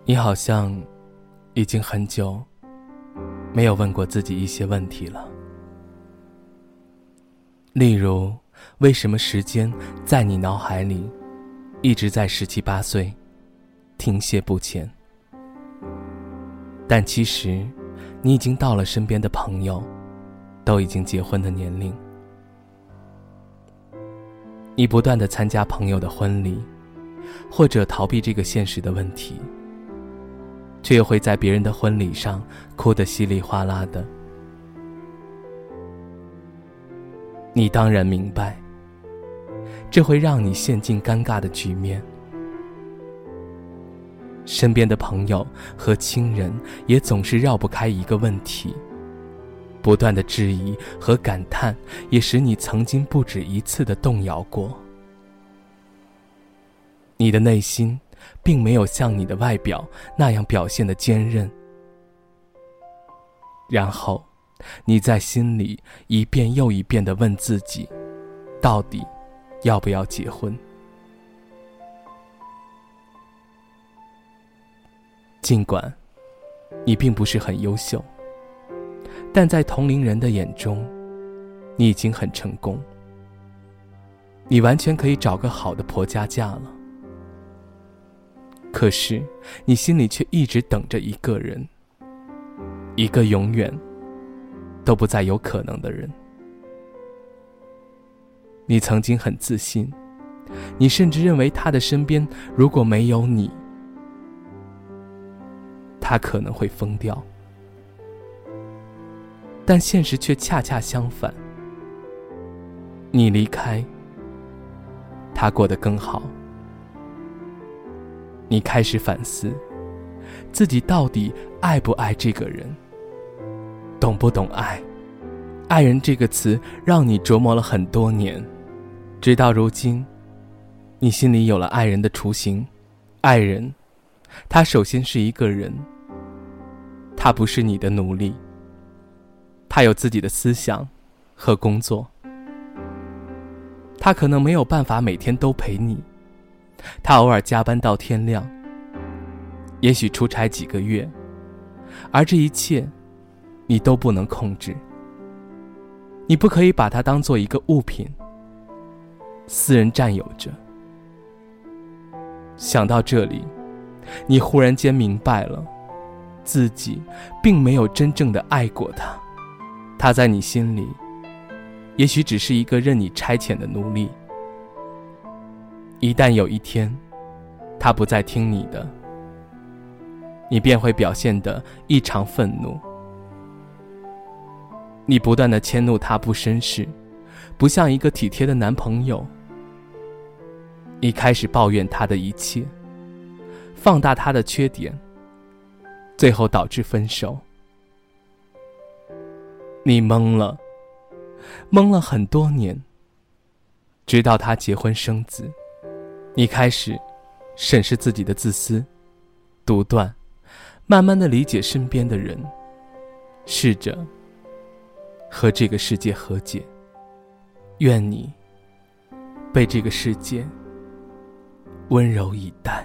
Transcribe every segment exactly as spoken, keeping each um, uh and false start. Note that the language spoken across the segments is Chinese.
你好像已经很久没有问过自己一些问题了，例如为什么时间在你脑海里一直在十七八岁停歇不前，但其实你已经到了身边的朋友都已经结婚的年龄。你不断地参加朋友的婚礼，或者逃避这个现实的问题，却又会在别人的婚礼上哭得稀里哗啦的。你当然明白，这会让你陷进尴尬的局面。身边的朋友和亲人也总是绕不开一个问题，不断的质疑和感叹也使你曾经不止一次的动摇过。你的内心并没有像你的外表那样表现得坚韧，然后你在心里一遍又一遍地问自己，到底要不要结婚？尽管你并不是很优秀，但在同龄人的眼中，你已经很成功。你完全可以找个好的婆家嫁了。可是你心里却一直等着一个人，一个永远都不再有可能的人。你曾经很自信，你甚至认为他的身边如果没有你，他可能会疯掉。但现实却恰恰相反，你离开，他过得更好。你开始反思，自己到底爱不爱这个人，懂不懂爱？爱人这个词让你琢磨了很多年，直到如今，你心里有了爱人的雏形。爱人，他首先是一个人，他不是你的奴隶，他有自己的思想和工作，他可能没有办法每天都陪你，他偶尔加班到天亮，也许出差几个月，而这一切你都不能控制。你不可以把它当作一个物品，私人占有着。想到这里，你忽然间明白了，自己并没有真正的爱过他，他在你心里也许只是一个任你差遣的奴隶。一旦有一天他不再听你的，你便会表现得异常愤怒。你不断地迁怒他不绅士，不像一个体贴的男朋友。你开始抱怨他的一切，放大他的缺点，最后导致分手。你懵了，懵了很多年，直到他结婚生子。你开始审视自己的自私、独断，慢慢地理解身边的人，试着和这个世界和解。愿你被这个世界温柔以待。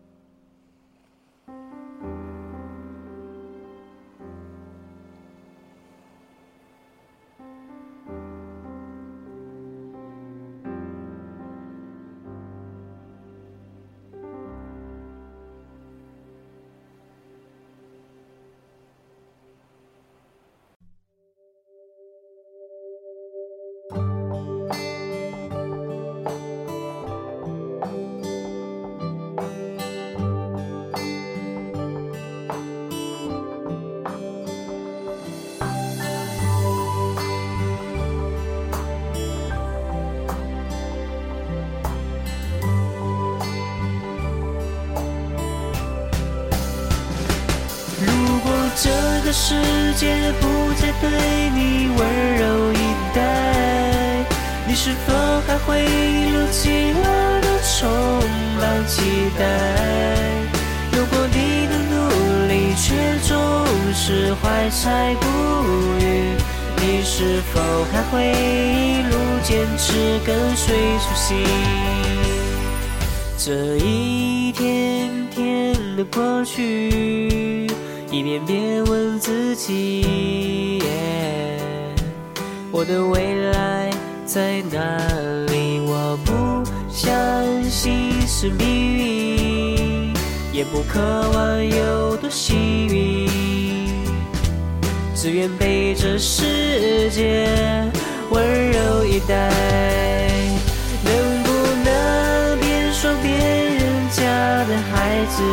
这个世界不再对你温柔以待，你是否还会一如既往的充满期待？如果你的努力却总是怀才不遇，你是否还会一路坚持跟随初心？这一天天的的过去，一遍遍问自己， yeah, 我的未来在哪里？我不相信是命运，也不渴望有多幸运，只愿被这世界温柔以待。能不能别说别人家的孩子，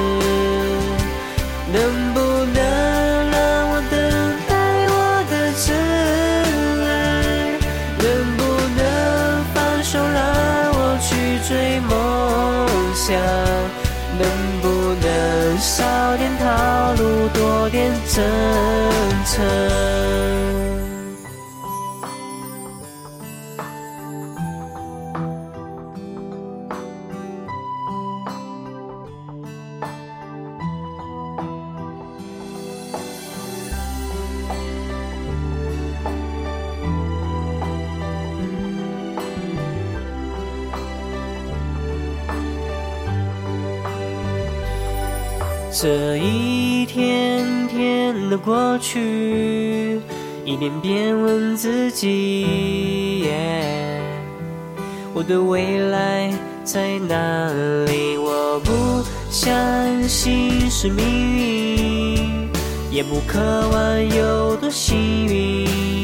能不能让我等待我的真爱，能不能放手让我去追梦想，能不能少点套路多点真诚。这一天天的过去，一遍遍问自己， yeah, 我的未来在哪里？我不相信是命运，也不渴望有多幸运，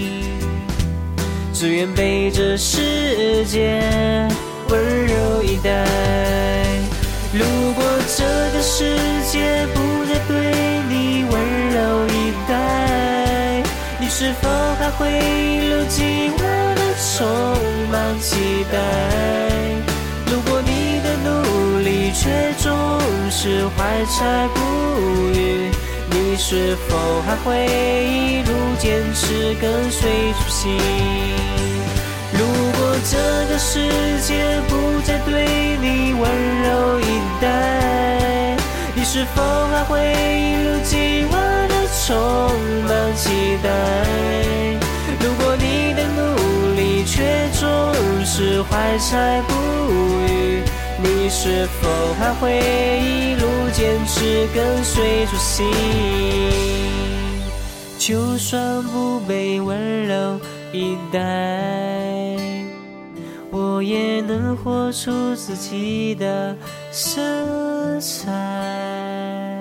只愿被这世界温柔以待。如果这个世界不再对你温柔以待，你是否还会一如既往的充满期待？如果你的努力却总是怀才不遇，你是否还会一路坚持跟随初心？如果这个世界不再对你温柔以待，你是否还会一如既往的充满期待？如果你的努力却总是怀才不遇，你是否还会一路坚持跟随初心？就算不被温柔以待，我也能活出自己的色彩。